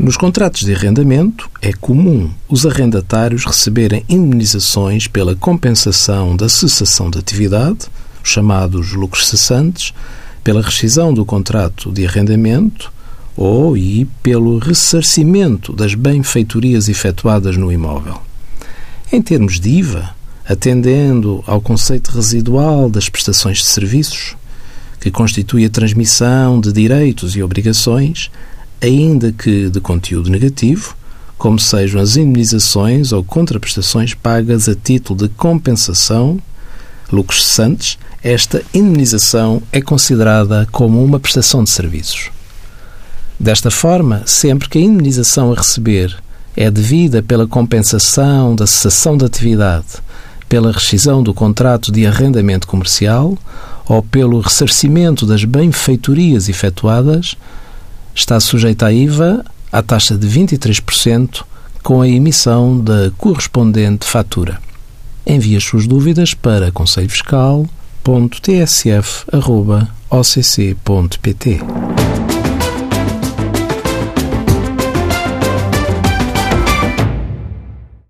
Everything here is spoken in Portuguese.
Nos contratos de arrendamento, é comum os arrendatários receberem indemnizações pela compensação da cessação de atividade, os chamados lucros cessantes, pela rescisão do contrato de arrendamento e pelo ressarcimento das benfeitorias efetuadas no imóvel. Em termos de IVA, atendendo ao conceito residual das prestações de serviços, que constitui a transmissão de direitos e obrigações, ainda que de conteúdo negativo, como sejam as indemnizações ou contraprestações pagas a título de compensação, lucros cessantes, esta indemnização é considerada como uma prestação de serviços. Desta forma, sempre que a indemnização a receber é devida pela compensação da cessação de atividade, pela rescisão do contrato de arrendamento comercial ou pelo ressarcimento das benfeitorias efetuadas, está sujeita à IVA à taxa de 23% com a emissão da correspondente fatura. Envie as suas dúvidas para conselhofiscal.tsf@occ.pt.